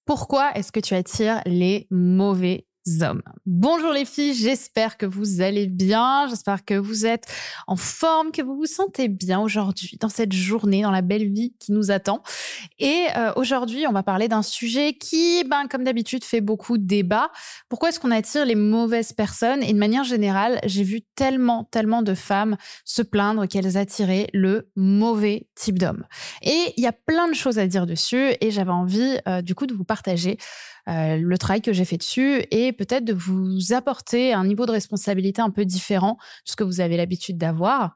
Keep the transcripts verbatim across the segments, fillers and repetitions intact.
Pourquoi est-ce que tu attires les mauvais hommes? Bonjour les filles, j'espère que vous allez bien, j'espère que vous êtes en forme, que vous vous sentez bien aujourd'hui, dans cette journée, dans la belle vie qui nous attend. Et euh, aujourd'hui, on va parler d'un sujet qui, ben, comme d'habitude, fait beaucoup de débats. Pourquoi est-ce qu'on attire les mauvaises personnes? Et de manière générale, j'ai vu tellement, tellement de femmes se plaindre qu'elles attiraient le mauvais type d'homme. Et il y a plein de choses à dire dessus et j'avais envie, euh, du coup, de vous partager Euh, le travail que j'ai fait dessus et peut-être de vous apporter un niveau de responsabilité un peu différent de ce que vous avez l'habitude d'avoir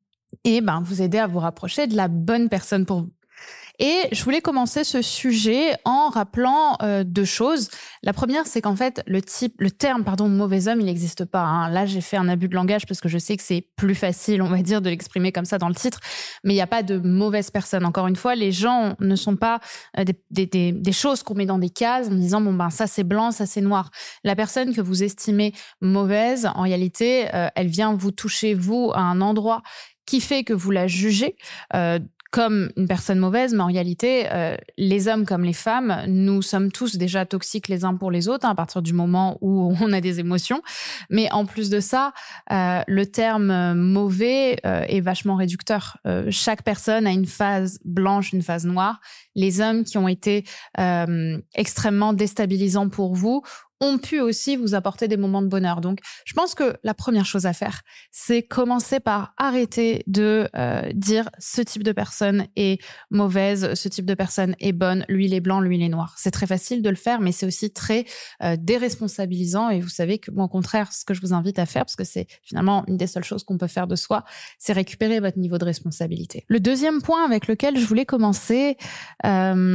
et ben, vous aider à vous rapprocher de la bonne personne pour vous. Et je voulais commencer ce sujet en rappelant euh, deux choses. La première, c'est qu'en fait, le type, le terme, pardon, mauvais homme, il n'existe pas. Hein. Là, j'ai fait un abus de langage parce que je sais que c'est plus facile, on va dire, de l'exprimer comme ça dans le titre. Mais il n'y a pas de mauvaise personne. Encore une fois, les gens ne sont pas euh, des, des, des, des choses qu'on met dans des cases en disant, bon, ben, ça c'est blanc, ça c'est noir. La personne que vous estimez mauvaise, en réalité, euh, elle vient vous toucher, vous, à un endroit qui fait que vous la jugez, euh, comme une personne mauvaise, mais en réalité, euh, les hommes comme les femmes, nous sommes tous déjà toxiques les uns pour les autres hein, à partir du moment où on a des émotions. Mais en plus de ça, euh, le terme mauvais euh, est vachement réducteur. Euh, chaque personne a une phase blanche, une phase noire. Les hommes qui ont été euh, extrêmement déstabilisants pour vous ont pu aussi vous apporter des moments de bonheur. Donc, je pense que la première chose à faire, c'est commencer par arrêter de euh, dire ce type de personne est mauvaise, ce type de personne est bonne, lui il est blanc, lui il est noir. C'est très facile de le faire, mais c'est aussi très euh, déresponsabilisant. Et vous savez que moi, au contraire, ce que je vous invite à faire, parce que c'est finalement une des seules choses qu'on peut faire de soi, c'est récupérer votre niveau de responsabilité. Le deuxième point avec lequel je voulais commencer, euh,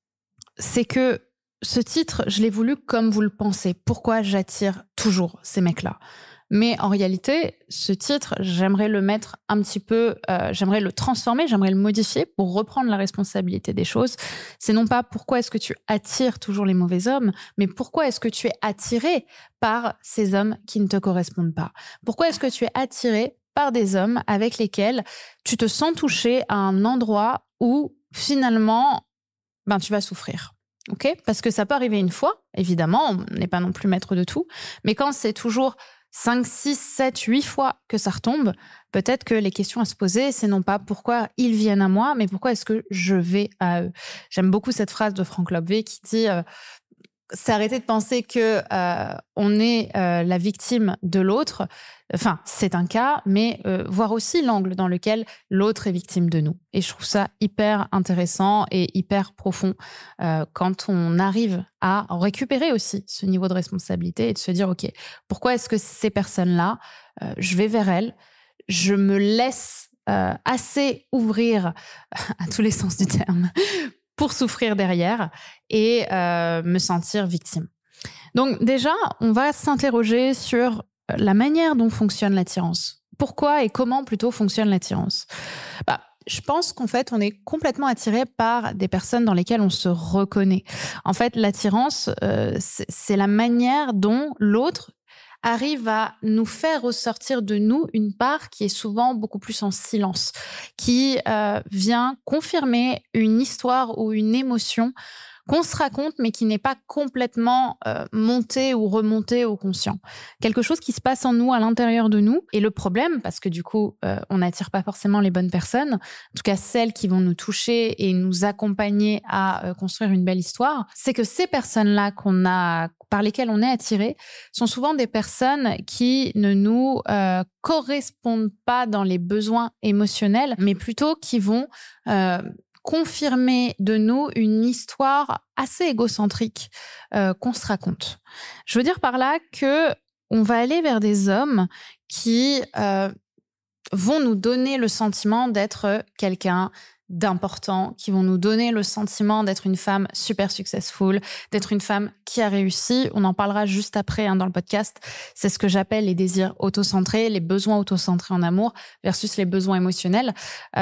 c'est que ce titre, je l'ai voulu comme vous le pensez. Pourquoi j'attire toujours ces mecs-là? Mais en réalité, ce titre, j'aimerais le mettre un petit peu, euh, j'aimerais le transformer, j'aimerais le modifier pour reprendre la responsabilité des choses. C'est non pas pourquoi est-ce que tu attires toujours les mauvais hommes, mais pourquoi est-ce que tu es attiré par ces hommes qui ne te correspondent pas? Pourquoi est-ce que tu es attiré par des hommes avec lesquels tu te sens touché à un endroit où finalement, ben, tu vas souffrir? Okay, parce que ça peut arriver une fois, évidemment, on n'est pas non plus maître de tout, mais quand c'est toujours cinq, six, sept, huit fois que ça retombe, peut-être que les questions à se poser, c'est non pas pourquoi ils viennent à moi, mais pourquoi est-ce que je vais à eux. J'aime beaucoup cette phrase de Franck Lobvé qui dit euh, c'est arrêter de penser que euh, on est euh, la victime de l'autre. Enfin, c'est un cas, mais euh, voir aussi l'angle dans lequel l'autre est victime de nous. Et je trouve ça hyper intéressant et hyper profond euh, quand on arrive à récupérer aussi ce niveau de responsabilité et de se dire, OK, pourquoi est-ce que ces personnes-là, euh, je vais vers elles, je me laisse euh, assez ouvrir à tous les sens du terme pour souffrir derrière et euh, me sentir victime. Donc déjà, on va s'interroger sur la manière dont fonctionne l'attirance. Pourquoi et comment plutôt fonctionne l'attirance? Bah, je pense qu'en fait, on est complètement attiré par des personnes dans lesquelles on se reconnaît. En fait, l'attirance, euh, c'est, c'est la manière dont l'autre arrive à nous faire ressortir de nous une part qui est souvent beaucoup plus en silence, qui euh, vient confirmer une histoire ou une émotion qu'on se raconte, mais qui n'est pas complètement euh, montée ou remontée au conscient. Quelque chose qui se passe en nous, à l'intérieur de nous. Et le problème, parce que du coup, euh, on n'attire pas forcément les bonnes personnes, en tout cas celles qui vont nous toucher et nous accompagner à euh, construire une belle histoire, c'est que ces personnes-là qu'on a, par lesquelles on est attiré, sont souvent des personnes qui ne nous euh, correspondent pas dans les besoins émotionnels, mais plutôt qui vont euh, confirmer de nous une histoire assez égocentrique euh, qu'on se raconte. Je veux dire par là que on va aller vers des hommes qui euh, vont nous donner le sentiment d'être quelqu'un d'important, qui vont nous donner le sentiment d'être une femme super successful, d'être une femme qui a réussi. On en parlera juste après hein, dans le podcast. C'est ce que j'appelle les désirs autocentrés, les besoins autocentrés en amour versus les besoins émotionnels. Euh,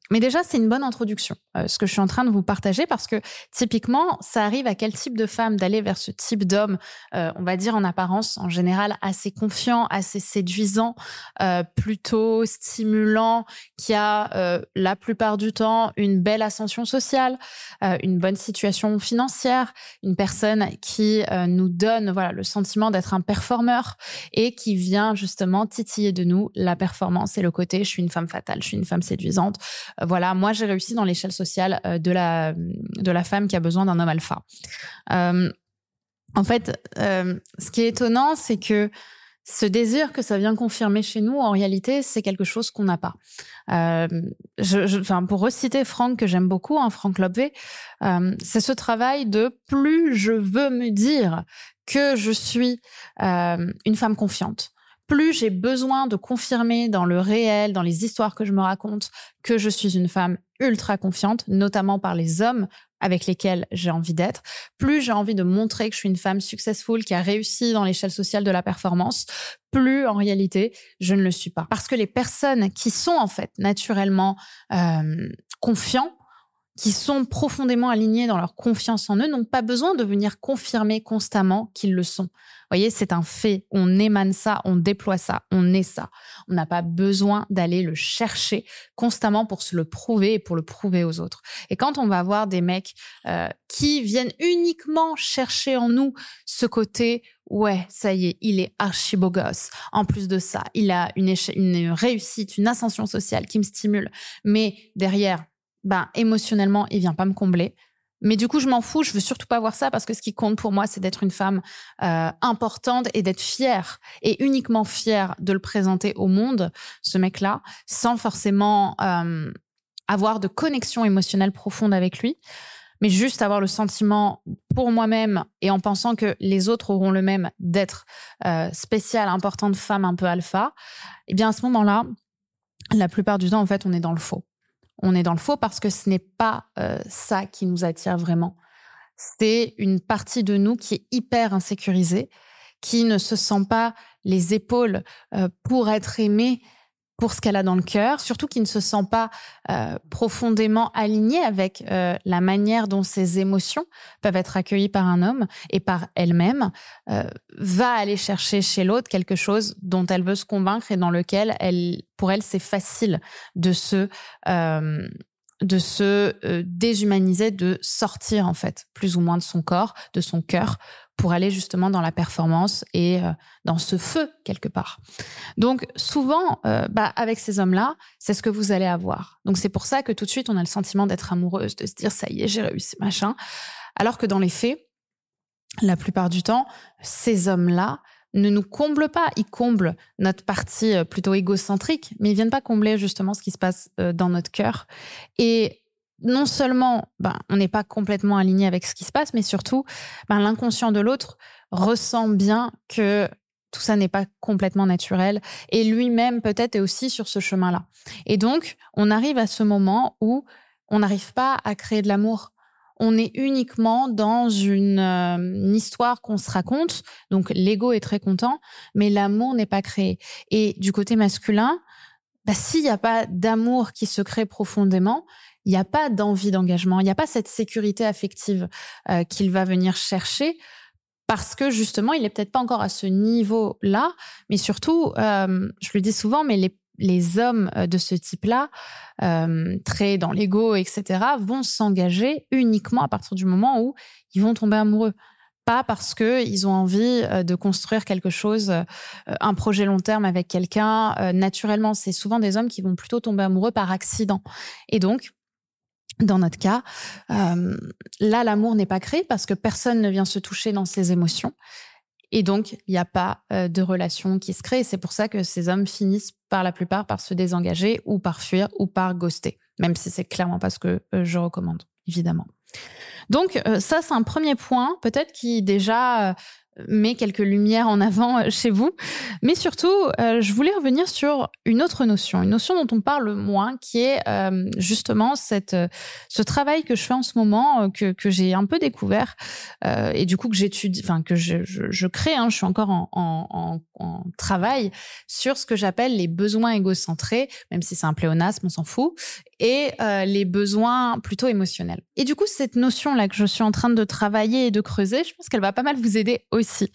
Mais déjà, c'est une bonne introduction, euh, ce que je suis en train de vous partager, parce que typiquement, ça arrive à quel type de femme d'aller vers ce type d'homme, euh, on va dire en apparence, en général, assez confiant, assez séduisant, euh, plutôt stimulant, qui a euh, la plupart du temps une belle ascension sociale, euh, une bonne situation financière, une personne qui euh, nous donne voilà, le sentiment d'être un performeur et qui vient justement titiller de nous la performance et le côté « je suis une femme fatale, je suis une femme séduisante ». Voilà, moi, j'ai réussi dans l'échelle sociale euh, de la, de la femme qui a besoin d'un homme alpha. Euh, en fait, euh, ce qui est étonnant, c'est que ce désir que ça vient confirmer chez nous, en réalité, c'est quelque chose qu'on n'a pas. Euh, je, je, enfin, pour reciter Franck, que j'aime beaucoup, hein, Franck Lobvé, euh, c'est ce travail de plus je veux me dire que je suis euh, une femme confiante, plus j'ai besoin de confirmer dans le réel, dans les histoires que je me raconte, que je suis une femme ultra confiante, notamment par les hommes avec lesquels j'ai envie d'être, plus j'ai envie de montrer que je suis une femme successful qui a réussi dans l'échelle sociale de la performance, plus en réalité, je ne le suis pas. Parce que les personnes qui sont en fait naturellement euh, confiants, qui sont profondément alignés dans leur confiance en eux, n'ont pas besoin de venir confirmer constamment qu'ils le sont. Vous voyez, c'est un fait. On émane ça, on déploie ça, on est ça. On n'a pas besoin d'aller le chercher constamment pour se le prouver et pour le prouver aux autres. Et quand on va voir des mecs euh, qui viennent uniquement chercher en nous ce côté « ouais, ça y est, il est archi beau gosse. En plus de ça, il a une, éche- une réussite, une ascension sociale qui me stimule. » Mais derrière, ben, émotionnellement, il vient pas me combler. Mais du coup, je m'en fous, je veux surtout pas voir ça parce que ce qui compte pour moi, c'est d'être une femme euh, importante et d'être fière et uniquement fière de le présenter au monde, ce mec-là, sans forcément euh, avoir de connexion émotionnelle profonde avec lui, mais juste avoir le sentiment pour moi-même et en pensant que les autres auront le même d'être euh, spéciale, importante, femme un peu alpha. Eh bien, à ce moment-là, la plupart du temps, en fait, on est dans le faux. On est dans le faux parce que ce n'est pas euh, ça qui nous attire vraiment. C'est une partie de nous qui est hyper insécurisée, qui ne se sent pas les épaules euh, pour être aimée pour ce qu'elle a dans le cœur, surtout qui ne se sent pas euh, profondément alignée avec euh, la manière dont ses émotions peuvent être accueillies par un homme et par elle-même, euh, va aller chercher chez l'autre quelque chose dont elle veut se convaincre et dans lequel, elle, pour elle, c'est facile de se, euh, de se euh, déshumaniser, de sortir en fait plus ou moins de son corps, de son cœur, pour aller justement dans la performance et euh, dans ce feu quelque part. Donc souvent, euh, bah, avec ces hommes-là, c'est ce que vous allez avoir. Donc c'est pour ça que tout de suite, on a le sentiment d'être amoureuse, de se dire « ça y est, j'ai réussi, machin ». Alors que dans les faits, la plupart du temps, ces hommes-là ne nous comblent pas. Ils comblent notre partie plutôt égocentrique, mais ils viennent pas combler justement ce qui se passe euh, dans notre cœur. Et non seulement ben, on n'est pas complètement aligné avec ce qui se passe, mais surtout ben, l'inconscient de l'autre ressent bien que tout ça n'est pas complètement naturel et lui-même peut-être est aussi sur ce chemin-là. Et donc, on arrive à ce moment où on n'arrive pas à créer de l'amour. On est uniquement dans une, euh, une histoire qu'on se raconte, donc l'ego est très content, mais l'amour n'est pas créé. Et du côté masculin, bah, s'il n'y a pas d'amour qui se crée profondément, il n'y a pas d'envie d'engagement, il n'y a pas cette sécurité affective euh, qu'il va venir chercher parce que justement, il n'est peut-être pas encore à ce niveau-là, mais surtout, euh, je le dis souvent, mais les, les hommes de ce type-là, euh, très dans l'ego, et cetera, vont s'engager uniquement à partir du moment où ils vont tomber amoureux. Pas parce qu'ils ont envie de construire quelque chose, un projet long terme avec quelqu'un. Naturellement, c'est souvent des hommes qui vont plutôt tomber amoureux par accident. Et donc, dans notre cas, euh, là, l'amour n'est pas créé parce que personne ne vient se toucher dans ses émotions. Et donc, il n'y a pas euh, de relation qui se crée. C'est pour ça que ces hommes finissent par la plupart par se désengager ou par fuir ou par ghoster. Même si c'est clairement pas ce que euh, je recommande, évidemment. Donc, euh, ça, c'est un premier point, peut-être qui déjà... Euh, met quelques lumières en avant chez vous. Mais surtout, euh, je voulais revenir sur une autre notion, une notion dont on parle moins, qui est euh, justement cette, ce travail que je fais en ce moment, euh, que, que j'ai un peu découvert euh, et du coup que j'étudie, enfin que je, je, je crée, hein, je suis encore en, en, en, en travail sur ce que j'appelle les besoins égocentrés, même si c'est un pléonasme, on s'en fout. et euh, les besoins plutôt émotionnels. Et du coup, cette notion-là que je suis en train de travailler et de creuser, je pense qu'elle va pas mal vous aider aussi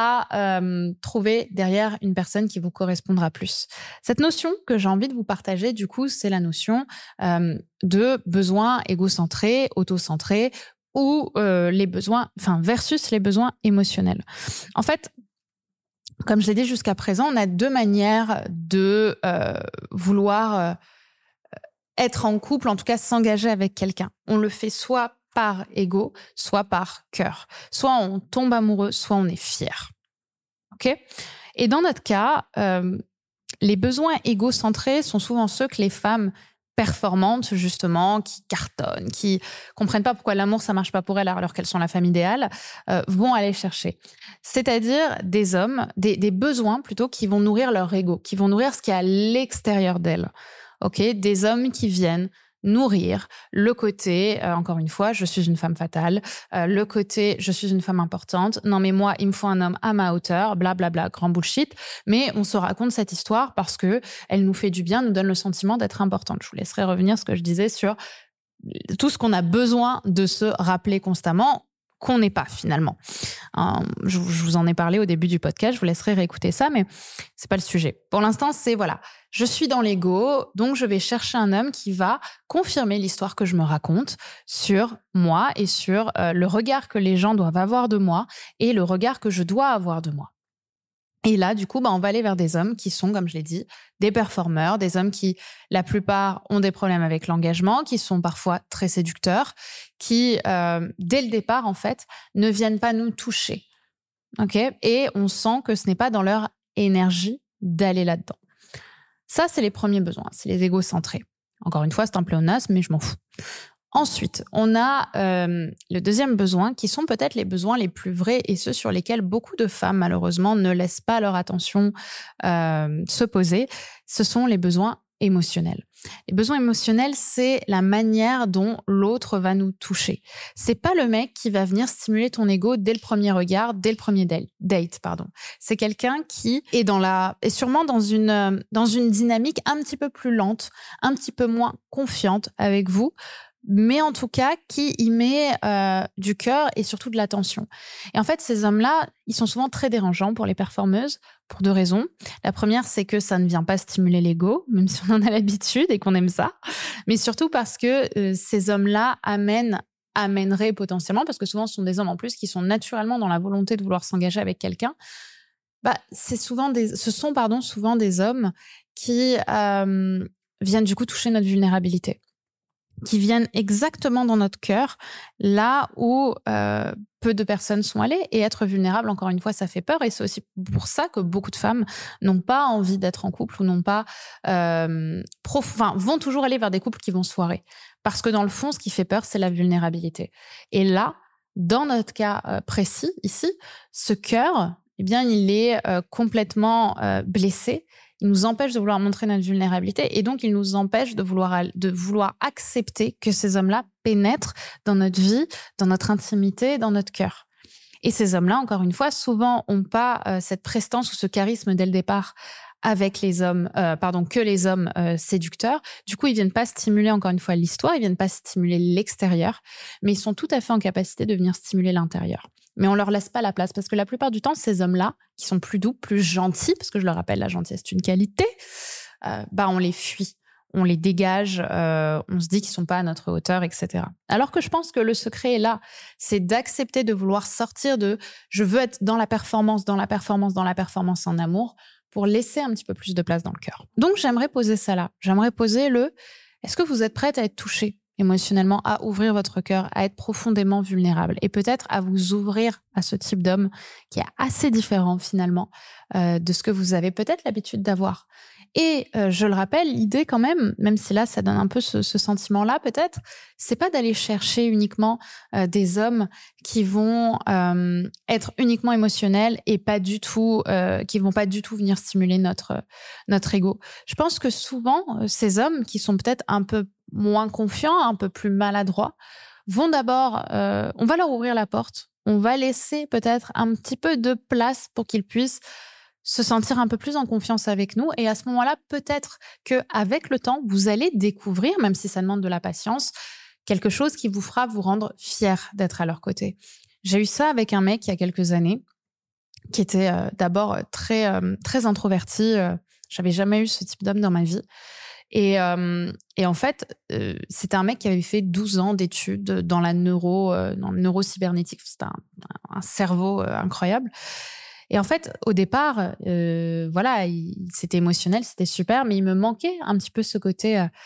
à euh, trouver derrière une personne qui vous correspondra plus. Cette notion que j'ai envie de vous partager, du coup, c'est la notion euh, de besoins égocentrés, autocentrés, ou euh, les besoins, enfin versus les besoins émotionnels. En fait, comme je l'ai dit jusqu'à présent, on a deux manières de euh, vouloir euh, être en couple, en tout cas s'engager avec quelqu'un. On le fait soit par ego, soit par cœur. Soit on tombe amoureux, soit on est fier. Ok ? Et dans notre cas, euh, les besoins égocentrés sont souvent ceux que les femmes performantes, justement, qui cartonnent, qui comprennent pas pourquoi l'amour, ça marche pas pour elles alors qu'elles sont la femme idéale, euh, vont aller chercher. C'est-à-dire des hommes, des, des besoins plutôt qui vont nourrir leur ego, qui vont nourrir ce qui est à l'extérieur d'elles. Ok, des hommes qui viennent nourrir le côté, euh, encore une fois, je suis une femme fatale, euh, le côté, je suis une femme importante, non mais moi, il me faut un homme à ma hauteur, blablabla, bla bla, grand bullshit, mais on se raconte cette histoire parce que elle nous fait du bien, nous donne le sentiment d'être importante. Je vous laisserai revenir ce que je disais sur tout ce qu'on a besoin de se rappeler constamment, qu'on n'est pas finalement. Euh, je, je vous en ai parlé au début du podcast, je vous laisserai réécouter ça, mais c'est pas le sujet. Pour l'instant, c'est voilà, je suis dans l'ego, donc je vais chercher un homme qui va confirmer l'histoire que je me raconte sur moi et sur euh, le regard que les gens doivent avoir de moi et le regard que je dois avoir de moi. Et là, du coup, bah, on va aller vers des hommes qui sont, comme je l'ai dit, des performeurs, des hommes qui, la plupart, ont des problèmes avec l'engagement, qui sont parfois très séducteurs, qui, euh, dès le départ, en fait, ne viennent pas nous toucher. Okay ? Et on sent que ce n'est pas dans leur énergie d'aller là-dedans. Ça, c'est les premiers besoins, c'est les égocentrés. Encore une fois, c'est un pléonasme, mais je m'en fous. Ensuite, on a euh, le deuxième besoin, qui sont peut-être les besoins les plus vrais et ceux sur lesquels beaucoup de femmes, malheureusement, ne laissent pas leur attention euh, se poser. Ce sont les besoins émotionnels. Les besoins émotionnels, c'est la manière dont l'autre va nous toucher. C'est pas le mec qui va venir stimuler ton ego dès le premier regard, dès le premier date, pardon. C'est quelqu'un qui est dans la, est sûrement dans une, dans une dynamique un petit peu plus lente, un petit peu moins confiante avec vous, mais en tout cas qui y met euh, du cœur et surtout de l'attention. Et en fait, ces hommes-là, ils sont souvent très dérangeants pour les performeuses, pour deux raisons. La première, c'est que ça ne vient pas stimuler l'ego, même si on en a l'habitude et qu'on aime ça, mais surtout parce que euh, ces hommes-là amènent amèneraient potentiellement, parce que souvent ce sont des hommes en plus qui sont naturellement dans la volonté de vouloir s'engager avec quelqu'un, bah, c'est souvent des, ce sont pardon, souvent des hommes qui euh, viennent du coup toucher notre vulnérabilité, qui viennent exactement dans notre cœur, là où euh, peu de personnes sont allées. Et être vulnérable, encore une fois, ça fait peur. Et c'est aussi pour ça que beaucoup de femmes n'ont pas envie d'être en couple ou n'ont pas, euh, prof... enfin, vont toujours aller vers des couples qui vont se foirer. Parce que dans le fond, ce qui fait peur, c'est la vulnérabilité. Et là, dans notre cas euh, précis, ici, ce cœur, eh bien, il est euh, complètement euh, blessé. Il nous empêche de vouloir montrer notre vulnérabilité et donc il nous empêche de vouloir, de vouloir accepter que ces hommes-là pénètrent dans notre vie, dans notre intimité, dans notre cœur. Et ces hommes-là, encore une fois, souvent n'ont pas euh, cette prestance ou ce charisme dès le départ avec les hommes, euh, pardon, que les hommes euh, séducteurs. Du coup, ils viennent pas stimuler, encore une fois, l'histoire, ils viennent pas stimuler l'extérieur, mais ils sont tout à fait en capacité de venir stimuler l'intérieur. Mais on leur laisse pas la place parce que la plupart du temps, ces hommes-là, qui sont plus doux, plus gentils, parce que je le rappelle, la gentillesse c'est une qualité, euh, bah on les fuit, on les dégage, euh, on se dit qu'ils sont pas à notre hauteur, et cetera. Alors que je pense que le secret est là, c'est d'accepter de vouloir sortir de « je veux être dans la performance, dans la performance, dans la performance en amour » pour laisser un petit peu plus de place dans le cœur. Donc j'aimerais poser ça là, j'aimerais poser le « est-ce que vous êtes prête à être touchée ?» émotionnellement, à ouvrir votre cœur, à être profondément vulnérable et peut-être à vous ouvrir à ce type d'homme qui est assez différent finalement euh, de ce que vous avez peut-être l'habitude d'avoir. Et euh, je le rappelle, l'idée quand même, même si là ça donne un peu ce, ce sentiment-là peut-être, c'est pas d'aller chercher uniquement euh, des hommes qui vont euh, être uniquement émotionnels et pas du tout, euh, qui vont pas du tout venir stimuler notre notre ego. Je pense que souvent ces hommes qui sont peut-être un peu moins confiants, un peu plus maladroits, vont d'abord, euh, on va leur ouvrir la porte, on va laisser peut-être un petit peu de place pour qu'ils puissent se sentir un peu plus en confiance avec nous. Et à ce moment-là, peut-être qu'avec le temps, vous allez découvrir, même si ça demande de la patience, quelque chose qui vous fera vous rendre fier d'être à leur côté. J'ai eu ça avec un mec il y a quelques années qui était euh, d'abord très, euh, très introverti. Euh, j'avais jamais eu ce type d'homme dans ma vie. Et, euh, et en fait, euh, c'était un mec qui avait fait douze ans d'études dans la neuro, euh, dans le neurocybernétique. C'était un, un cerveau euh, incroyable. Et en fait, au départ, euh, voilà, il, c'était émotionnel, c'était super, mais il me manquait un petit peu ce côté euh,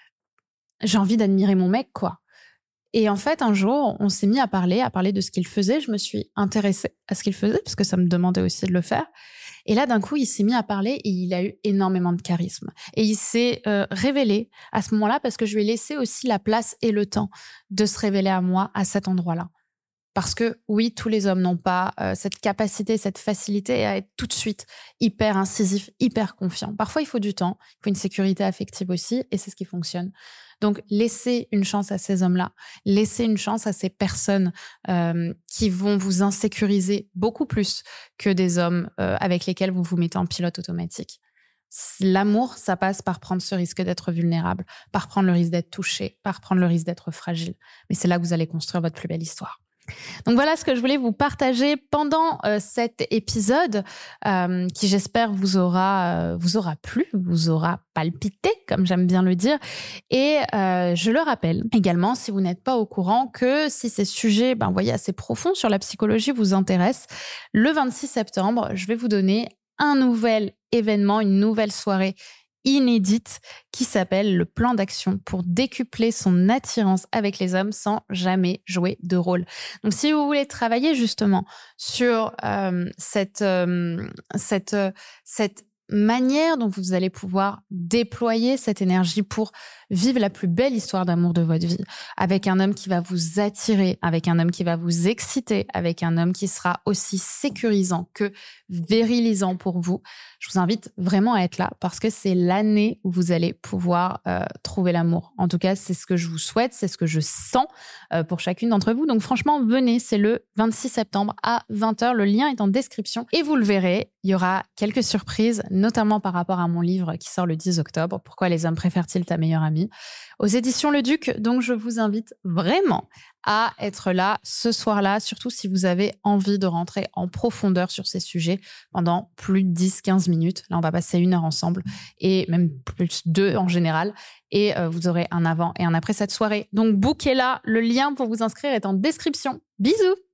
j'ai envie d'admirer mon mec, quoi. Et en fait, un jour, on s'est mis à parler, à parler de ce qu'il faisait. Je me suis intéressée à ce qu'il faisait, parce que ça me demandait aussi de le faire. Et là, d'un coup, il s'est mis à parler et il a eu énormément de charisme. Et il s'est euh, révélé à ce moment-là, parce que je lui ai laissé aussi la place et le temps de se révéler à moi à cet endroit-là. Parce que oui, tous les hommes n'ont pas euh, cette capacité, cette facilité à être tout de suite hyper incisif, hyper confiant. Parfois, il faut du temps, il faut une sécurité affective aussi, et c'est ce qui fonctionne. Donc, laissez une chance à ces hommes-là, laissez une chance à ces personnes euh, qui vont vous insécuriser beaucoup plus que des hommes euh, avec lesquels vous vous mettez en pilote automatique. L'amour, ça passe par prendre ce risque d'être vulnérable, par prendre le risque d'être touché, par prendre le risque d'être fragile. Mais c'est là que vous allez construire votre plus belle histoire. Donc voilà ce que je voulais vous partager pendant euh, cet épisode euh, qui j'espère vous aura, euh, vous aura plu, vous aura palpité comme j'aime bien le dire. Et euh, je le rappelle également, si vous n'êtes pas au courant, que si ces sujets, ben, vous voyez, assez profonds sur la psychologie vous intéressent, le vingt-six septembre, je vais vous donner un nouvel événement, une nouvelle soirée inédite qui s'appelle le plan d'action pour décupler son attirance avec les hommes sans jamais jouer de rôle. Donc, si vous voulez travailler justement sur euh, cette, euh, cette, euh, cette manière dont vous allez pouvoir déployer cette énergie pour vivre la plus belle histoire d'amour de votre vie, avec un homme qui va vous attirer, avec un homme qui va vous exciter, avec un homme qui sera aussi sécurisant que virilisant pour vous, je vous invite vraiment à être là parce que c'est l'année où vous allez pouvoir euh, trouver l'amour. En tout cas, c'est ce que je vous souhaite, c'est ce que je sens euh, pour chacune d'entre vous. Donc franchement, venez, c'est le vingt-six septembre à vingt heures. Le lien est en description et vous le verrez, il y aura quelques surprises, notamment par rapport à mon livre qui sort le dix octobre, Pourquoi les hommes préfèrent-ils ta meilleure amie, aux éditions Le Duc. Donc je vous invite vraiment à être là ce soir-là, surtout si vous avez envie de rentrer en profondeur sur ces sujets pendant plus de dix à quinze minutes. Là, on va passer une heure ensemble et même plus deux en général. Et euh, vous aurez un avant et un après cette soirée. Donc, bookez-la. Le lien pour vous inscrire est en description. Bisous!